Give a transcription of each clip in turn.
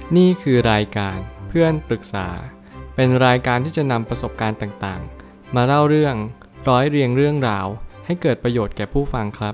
นี่คือรายการเพื่อนปรึกษาเป็นรายการที่จะนำประสบการณ์ต่างๆมาเล่าเรื่องร้อยเรียงเรื่องราวให้เกิดประโยชน์แก่ผู้ฟังครับ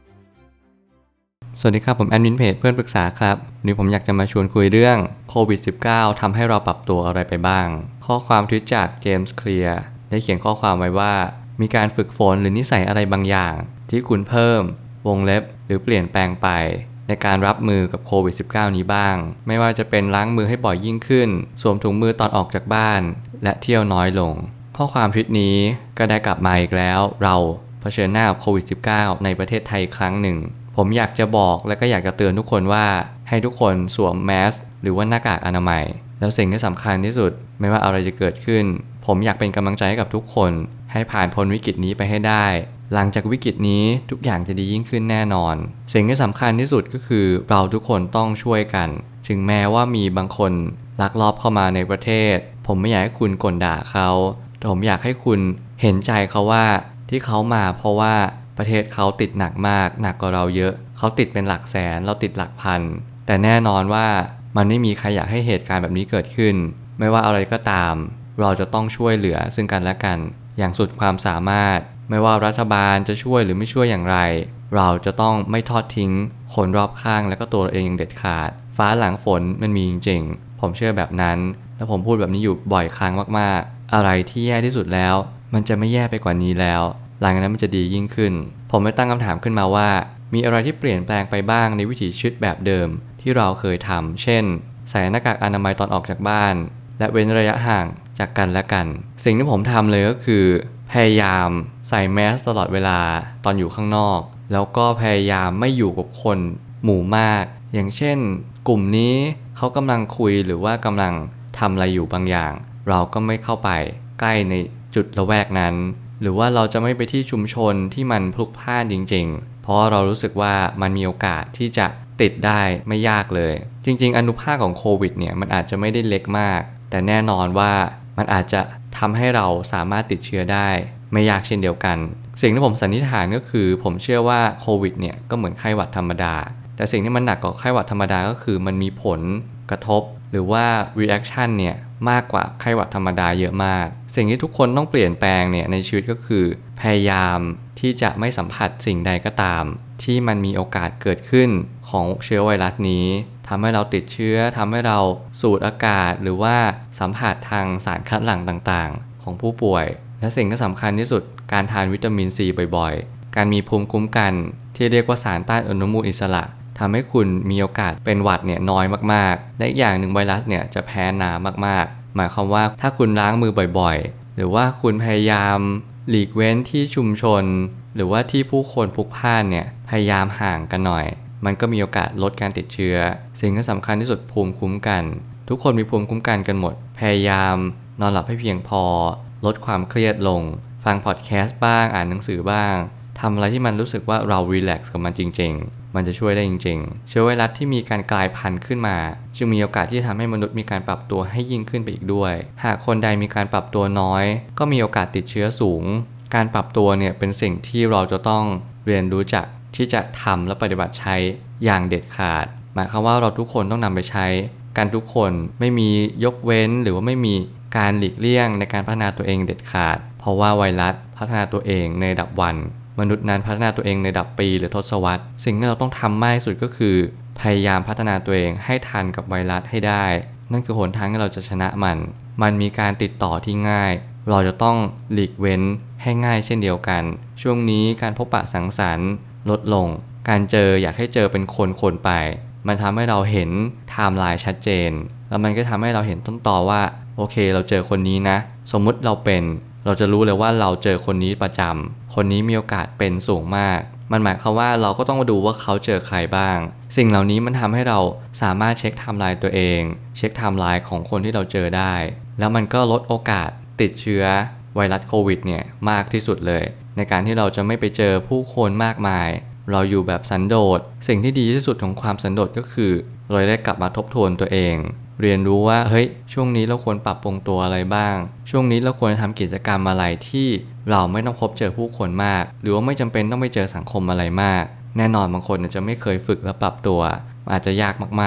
สวัสดีครับผมแอดมินเพจเพื่อนปรึกษาครับวันนี้ผมอยากจะมาชวนคุยเรื่องโควิด -19 ทำให้เราปรับตัวอะไรไปบ้างข้อความทวิตจากเจมส์เคลียร์ได้เขียนข้อความไว้ว่ามีการฝึกฝนหรือนิสัยอะไรบางอย่างที่คุณเพิ่มวงเล็บหรือเปลี่ยนแปลงไปในการรับมือกับโควิด -19 นี้บ้างไม่ว่าจะเป็นล้างมือให้บ่อยยิ่งขึ้นสวมถุงมือตอนออกจากบ้านและเที่ยวน้อยลงข้อความทวิตนี้ก็ได้กลับมาอีกแล้วเราเผชิญหน้ากับโควิด -19 ในประเทศไทยครั้งหนึ่งผมอยากจะบอกและก็อยากจะเตือนทุกคนว่าให้ทุกคนสวมแมสหรือว่าหน้ากากอนามัยแล้วสิ่งที่สำคัญที่สุดไม่ว่าอะไรจะเกิดขึ้นผมอยากเป็นกำลังใจให้กับทุกคนให้ผ่านพ้นวิกฤตนี้ไปให้ได้หลังจากวิกฤตนี้ทุกอย่างจะดียิ่งขึ้นแน่นอนสิ่งที่สำคัญที่สุดก็คือเราทุกคนต้องช่วยกันถึงแม้ว่ามีบางคนลักลอบเข้ามาในประเทศผมไม่อยากให้คุณกลด่าเขาแต่ผมอยากให้คุณเห็นใจเขาว่าที่เขามาเพราะว่าประเทศเขาติดหนักมากหนักกว่าเราเยอะเขาติดเป็นหลักแสนเราติดหลักพันแต่แน่นอนว่ามันไม่มีใครอยากให้เหตุการณ์แบบนี้เกิดขึ้นไม่ว่าอะไรก็ตามเราจะต้องช่วยเหลือซึ่งกันและกันอย่างสุดความสามารถไม่ว่ารัฐบาลจะช่วยหรือไม่ช่วยอย่างไรเราจะต้องไม่ทอดทิ้งคนรอบข้างและก็ตัวเราเองอย่างเด็ดขาดฟ้าหลังฝนมันมีจริงๆผมเชื่อแบบนั้นและผมพูดแบบนี้อยู่บ่อยครั้งมากๆอะไรที่แย่ที่สุดแล้วมันจะไม่แย่ไปกว่านี้แล้วหลังจากนั้นมันจะดียิ่งขึ้นผมไม่ตั้งคำถามขึ้นมาว่ามีอะไรที่เปลี่ยนแปลงไปบ้างในวิถีชีวิตแบบเดิมที่เราเคยทำเช่นใส่หน้ากากอนามัยตอนออกจากบ้านและเว้นระยะห่างจากกันและกันสิ่งที่ผมทำเลยก็คือพยายามใส่แมสตลอดเวลาตอนอยู่ข้างนอกแล้วก็พยายามไม่อยู่กับคนหมู่มากอย่างเช่นกลุ่มนี้เขากำลังคุยหรือว่ากำลังทำอะไรอยู่บางอย่างเราก็ไม่เข้าไปใกล้ในจุดละแวกนั้นหรือว่าเราจะไม่ไปที่ชุมชนที่มันพลุกพล่านจริงๆเพราะเรารู้สึกว่ามันมีโอกาสที่จะติดได้ไม่ยากเลยจริงๆอานุภาคของโควิดเนี่ยมันอาจจะไม่ได้เล็กมากแต่แน่นอนว่ามันอาจจะทำให้เราสามารถติดเชื้อได้ไม่ยากเช่นเดียวกันสิ่งที่ผมสันนิษฐานก็คือผมเชื่อว่าโควิดเนี่ยก็เหมือนไข้หวัดธรรมดาแต่สิ่งที่มันหนักกว่าไข้หวัดธรรมดาก็คือมันมีผลกระทบหรือว่า reaction เนี่ยมากกว่าไข้หวัดธรรมดาเยอะมากสิ่งที่ทุกคนต้องเปลี่ยนแปลงเนี่ยในชีวิตก็คือพยายามที่จะไม่สัมผัสสิ่งใดก็ตามที่มันมีโอกาสเกิดขึ้นของเชื้อไวรัสนี้ทำให้เราติดเชื้อทำให้เราสูดอากาศหรือว่าสัมผัสทางสารคัดหลั่งต่างๆของผู้ป่วยและสิ่งที่สำคัญที่สุดการทานวิตามินซีบ่อยๆการมีภูมิคุ้มกันที่เรียกว่าสารต้านอนุมูลอิสระทำให้คุณมีโอกาสเป็นหวัดเนี่ยน้อยมากๆและอีกอย่างหนึ่งไวรัสเนี่ยจะแพ้น้ำมากๆหมายความว่าถ้าคุณล้างมือบ่อยๆหรือว่าคุณพยายามหลีกเว้นที่ชุมชนหรือว่าที่ผู้คนพลุกพล่านเนี่ยพยายามห่างกันหน่อยมันก็มีโอกาสลดการติดเชื้อสิ่งที่สำคัญที่สุดภูมิคุ้มกันทุกคนมีภูมิคุ้มกันกันหมดพยายามนอนหลับให้เพียงพอลดความเครียดลงฟังพอดแคสต์บ้างอ่านหนังสือบ้างทำอะไรที่มันรู้สึกว่าเรารีแลกซ์กับมันจริงๆมันจะช่วยได้จริงๆเชื้อไวรัสที่มีการกลายพันธุ์ขึ้นมาจึงมีโอกาสที่จะทำให้มนุษย์มีการปรับตัวให้ยิ่งขึ้นไปอีกด้วยหากคนใดมีการปรับตัวน้อยก็มีโอกาสติดเชื้อสูงการปรับตัวเนี่ยเป็นสิ่งที่เราจะต้องเรียนรู้จักที่จะทำและปฏิบัติใช้อย่างเด็ดขาดหมายความว่าเราทุกคนต้องนำไปใช้กันทุกคนไม่มียกเว้นหรือว่าไม่มีการหลีกเลี่ยงในการพัฒนาตัวเองเด็ดขาดเพราะว่าไวรัสพัฒนาตัวเองในระดับวันมนุษย์นั้นพัฒนาตัวเองในระดับปีหรือทศวรรษสิ่งที่เราต้องทำมากที่สุดก็คือพยายามพัฒนาตัวเองให้ทันกับไวรัสให้ได้นั่นคือหนทางที่เราจะชนะมันมีการติดต่อที่ง่ายเราจะต้องหลีกเว้นให้ง่ายเช่นเดียวกันช่วงนี้การพบปะสังสรรค์ลดลงการเจออยากให้เจอเป็นคนไปมันทำให้เราเห็นไทม์ไลน์ชัดเจนแล้วมันก็ทำให้เราเห็นต้นตอว่าโอเคเราเจอคนนี้นะสมมุติเราจะรู้เลยว่าเราเจอคนนี้ประจำคนนี้มีโอกาสเป็นสูงมากมันหมายความว่าเราก็ต้องมาดูว่าเขาเจอใครบ้างสิ่งเหล่านี้มันทำให้เราสามารถเช็คไทม์ไลน์ตัวเองเช็คไทม์ไลน์ของคนที่เราเจอได้แล้วมันก็ลดโอกาสติดเชื้อไวรัสโควิดเนี่ยมากที่สุดเลยในการที่เราจะไม่ไปเจอผู้คนมากมายเราอยู่แบบสันโดษสิ่งที่ดีที่สุดของความสันโดษก็คือเราได้กลับมาทบทวนตัวเองเรียนรู้ว่าเฮ้ยช่วงนี้เราควรปรับปรุงตัวอะไรบ้างช่วงนี้เราควรทำกิจกรรมอะไรที่เราไม่ต้องพบเจอผู้คนมากหรือว่าไม่จำเป็นต้องไปเจอสังคมอะไรมากแน่นอนบางคนจะไม่เคยฝึกและปรับตัวอาจจะยากมากๆแต่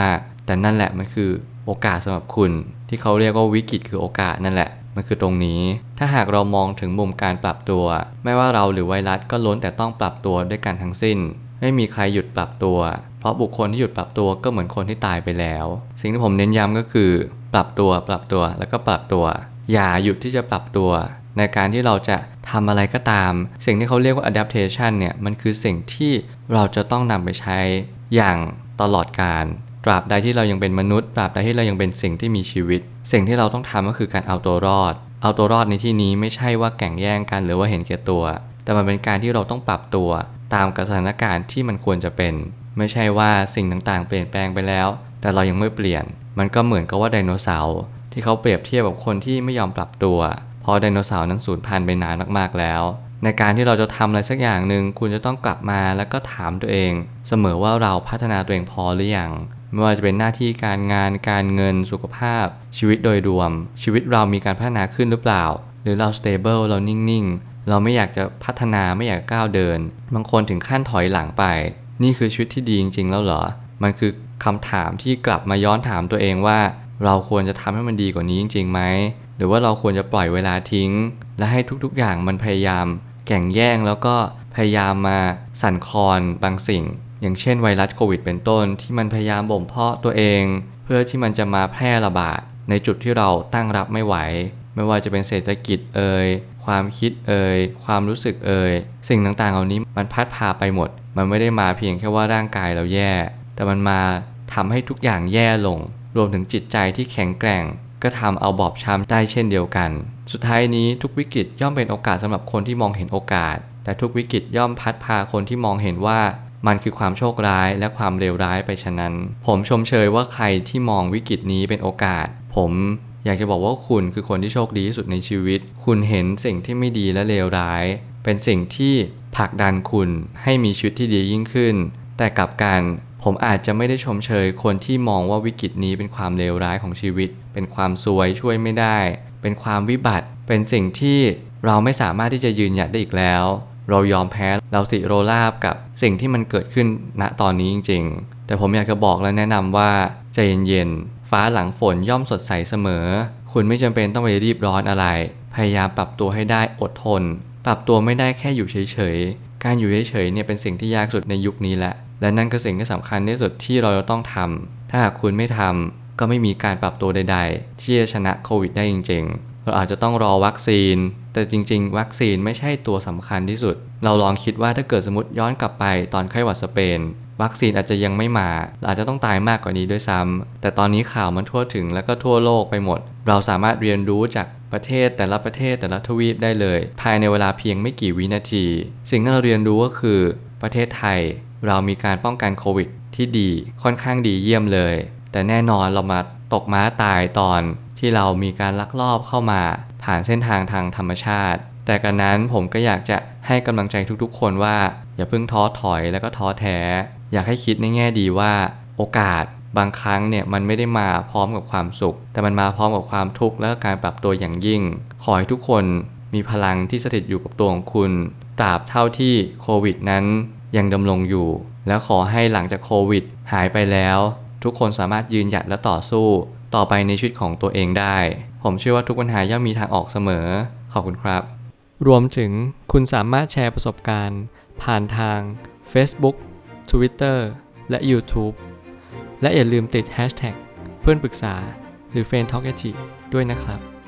แต่นั่นแหละมันคือโอกาสสำหรับคุณที่เขาเรียกว่าวิกฤตคือโอกาสนั่นแหละมันคือตรงนี้ถ้าหากเรามองถึงมุมการปรับตัวไม่ว่าเราหรือไวรัสก็ล้วนแต่ต้องปรับตัวด้วยกันทั้งสิ้นไม่มีใครหยุดปรับตัวเพราะบุคคลที่หยุดปรับตัวก็เหมือนคนที่ตายไปแล้วสิ่งที่ผมเน้นย้ำก็คือปรับตัวแล้วก็ปรับตัวอย่าหยุดที่จะปรับตัวในการที่เราจะทำอะไรก็ตามสิ่งที่เขาเรียกว่า adaptation เนี่ยมันคือสิ่งที่เราจะต้องนำไปใช้อย่างตลอดกาลตราบใดที่เรายังเป็นมนุษย์ตราบใดที่เรายังเป็นสิ่งที่มีชีวิตสิ่งที่เราต้องทำก็คือการเอาตัวรอดในที่นี้ไม่ใช่ว่าแข่งแย่งกันหรือว่าเห็นแก่ตัวแต่มันเป็นการที่เราต้องปรับตัวตามสถานการณ์ที่มันควรจะเป็นไม่ใช่ว่าสิ่งต่างๆเปลี่ยนแปลงไปแล้วแต่เรายังไม่เปลี่ยนมันก็เหมือนกับว่าไดโนเสาร์ที่เขาเปรียบเทียบกับคนที่ไม่ยอมปรับตัวเพราะไดโนเสาร์นั้นสูญพันธุ์ไปนานมากๆแล้วในการที่เราจะทำอะไรสักอย่างหนึ่งคุณจะต้องกลับมาแล้วก็ถามตัวเองเสมอว่าเราพัฒนาตัวเองพอหรือยังไม่ว่าจะเป็นหน้าที่การงานการเงินสุขภาพชีวิตโดยรวมชีวิตเรามีการพัฒนาขึ้นหรือเปล่าหรือเรา stable เรานิ่งๆเราไม่อยากจะพัฒนาไม่อยากก้าวเดินบางคนถึงขั้นถอยหลังไปนี่คือชีวิตที่ดีจริงๆแล้วเหรอมันคือคำถามที่กลับมาย้อนถามตัวเองว่าเราควรจะทำให้มันดีกว่านี้จริงๆไหมหรือว่าเราควรจะปล่อยเวลาทิ้งและให้ทุกๆอย่างมันพยายามแข่งแย่งแล้วก็พยายามมาสั่นคลอนบางสิ่งอย่างเช่นไวรัสโควิดเป็นต้นที่มันพยายามบ่มเพาะตัวเองเพื่อที่มันจะมาแพร่ระบาดในจุดที่เราตั้งรับไม่ไหวไม่ว่าจะเป็นเศรษฐกิจความคิดความรู้สึกสิ่งต่างๆเหล่านี้มันพัดพาไปหมดมันไม่ได้มาเพียงแค่ว่าร่างกายเราแย่แต่มันมาทำให้ทุกอย่างแย่ลงรวมถึงจิตใจที่แข็งแกร่งก็ทำเอาบอบช้ำได้เช่นเดียวกันสุดท้ายนี้ทุกวิกฤตย่อมเป็นโอกาสสำหรับคนที่มองเห็นโอกาสแต่ทุกวิกฤตย่อมพัดพาคนที่มองเห็นว่ามันคือความโชคร้ายและความเลวร้ายไปฉะนั้นผมชมเชยว่าใครที่มองวิกฤตนี้เป็นโอกาสผมอยากจะบอกว่าคุณคือคนที่โชคดีที่สุดในชีวิตคุณเห็นสิ่งที่ไม่ดีและเลวร้ายเป็นสิ่งที่ผลักดันคุณให้มีชีวิตที่ดียิ่งขึ้นแต่กลับกันผมอาจจะไม่ได้ชมเชยคนที่มองว่าวิกฤตนี้เป็นความเลวร้ายของชีวิตเป็นความซวยช่วยไม่ได้เป็นความวิบัติเป็นสิ่งที่เราไม่สามารถที่จะยืนหยัดได้อีกแล้วเรายอมแพ้เราสิโรราบกับสิ่งที่มันเกิดขึ้นณตอนนี้จริงๆแต่ผมอยากจะบอกและแนะนำว่าใจเย็นๆฟ้าหลังฝนย่อมสดใสเสมอคุณไม่จำเป็นต้องไปรีบร้อนอะไรพยายามปรับตัวให้ได้อดทนปรับตัวไม่ได้แค่อยู่เฉยๆการอยู่เฉยๆเนี่ยเป็นสิ่งที่ยากสุดในยุคนี้แหละและนั่นคือสิ่งที่สำคัญที่สุดที่เราจะต้องทำถ้าหากคุณไม่ทำก็ไม่มีการปรับตัวใดๆที่จะชนะโควิดได้จริงๆเราอาจจะต้องรอวัคซีนแต่จริงๆวัคซีนไม่ใช่ตัวสำคัญที่สุดเราลองคิดว่าถ้าเกิดสมมติย้อนกลับไปตอนไข้หวัดสเปนวัคซีนอาจจะยังไม่มาอาจจะต้องตายมากกว่านี้ด้วยซ้ำแต่ตอนนี้ข่าวมันทั่วถึงแล้วก็ทั่วโลกไปหมดเราสามารถเรียนรู้จากประเทศแต่ละทวีปได้เลยภายในเวลาเพียงไม่กี่วินาทีสิ่งที่เราเรียนรู้ก็คือประเทศไทยเรามีการป้องกันโควิดที่ดีค่อนข้างดีเยี่ยมเลยแต่แน่นอนเรามาตกม้าตายตอนที่เรามีการลักลอบเข้ามาผ่านเส้นทางทางธรรมชาติแต่กันนั้นผมก็อยากจะให้กำลังใจทุกๆคนว่าอย่าเพิ่งท้อถอยแล้วก็ท้อแท้อยากให้คิดในแง่ดีว่าโอกาสบางครั้งเนี่ยมันไม่ได้มาพร้อมกับความสุขแต่มันมาพร้อมกับความทุกข์และการปรับตัวอย่างยิ่งขอให้ทุกคนมีพลังที่สถิตอยู่กับตัวของคุณตราบเท่าที่โควิดนั้นยังดำรงอยู่แล้วขอให้หลังจากโควิดหายไปแล้วทุกคนสามารถยืนหยัดและต่อสู้ต่อไปในชีวิตของตัวเองได้ผมเชื่อว่าทุกปัญหาย่อมมีทางออกเสมอขอบคุณครับรวมถึงคุณสามารถแชร์ประสบการณ์ผ่านทาง Facebook Twitter และ YouTube และอย่าลืมติด Hashtag เพื่อนปรึกษาหรือ f r ร e n d Talk ด้วยนะครับ